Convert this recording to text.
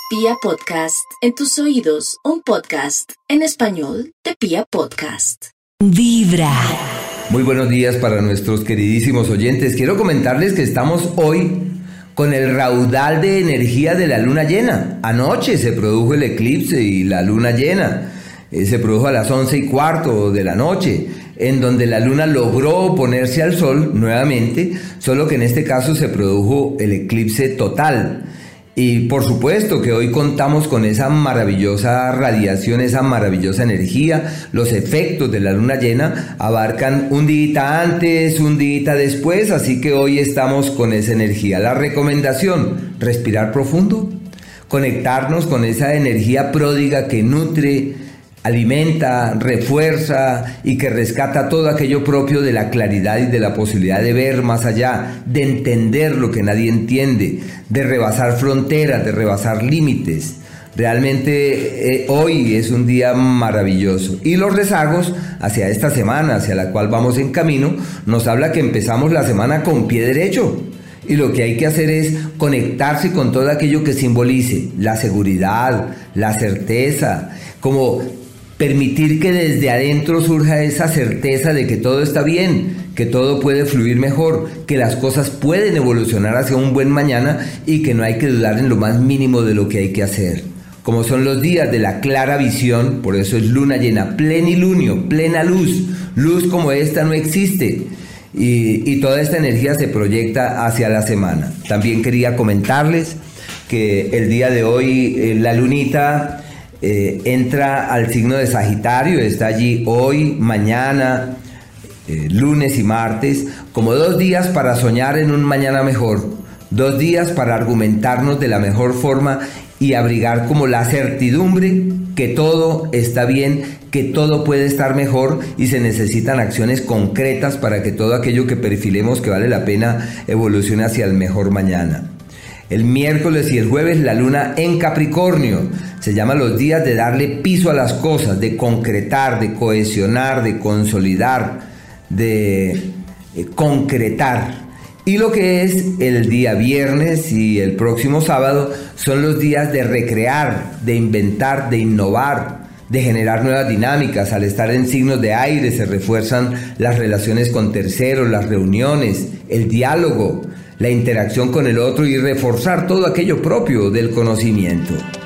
Pia Podcast, en tus oídos, un podcast en español de Pia Podcast. Vibra. Muy buenos días para nuestros queridísimos oyentes. Quiero comentarles que estamos hoy con el raudal de energía de la luna llena. Anoche se produjo el eclipse y la luna llena. Se produjo a las 11:15 de la noche, en donde la luna logró oponerse al sol nuevamente, solo que en este caso se produjo el eclipse total. Y por supuesto que hoy contamos con esa maravillosa radiación, esa maravillosa energía. Los efectos de la luna llena abarcan un día antes, un día después, así que hoy estamos con esa energía. La recomendación: respirar profundo, conectarnos con esa energía pródiga que nutre, alimenta, refuerza y que rescata todo aquello propio de la claridad y de la posibilidad de ver más allá, de entender lo que nadie entiende, de rebasar fronteras, de rebasar límites. Realmente hoy es un día maravilloso. Y los rezagos hacia esta semana, hacia la cual vamos en camino, nos habla que empezamos la semana con pie derecho. Y lo que hay que hacer es conectarse con todo aquello que simbolice la seguridad, la certeza, como permitir que desde adentro surja esa certeza de que todo está bien, que todo puede fluir mejor, que las cosas pueden evolucionar hacia un buen mañana y que no hay que dudar en lo más mínimo de lo que hay que hacer. Como son los días de la clara visión, por eso es luna llena, plenilunio, plena luz. Luz como esta no existe. Y toda esta energía se proyecta hacia la semana. También quería comentarles que el día de hoy la lunita entra al signo de Sagitario, está allí hoy, mañana, lunes y martes, como 2 días para soñar en un mañana mejor, 2 días para argumentarnos de la mejor forma y abrigar como la certidumbre que todo está bien, que todo puede estar mejor y se necesitan acciones concretas para que todo aquello que perfilemos que vale la pena evolucione hacia el mejor mañana. El miércoles y el jueves la luna en Capricornio. Se llaman los días de darle piso a las cosas, de concretar, de cohesionar, de consolidar, de concretar. Y lo que es el día viernes y el próximo sábado son los días de recrear, de inventar, de innovar, de generar nuevas dinámicas. Al estar en signos de aire se refuerzan las relaciones con terceros, las reuniones, el diálogo, la interacción con el otro y reforzar todo aquello propio del conocimiento.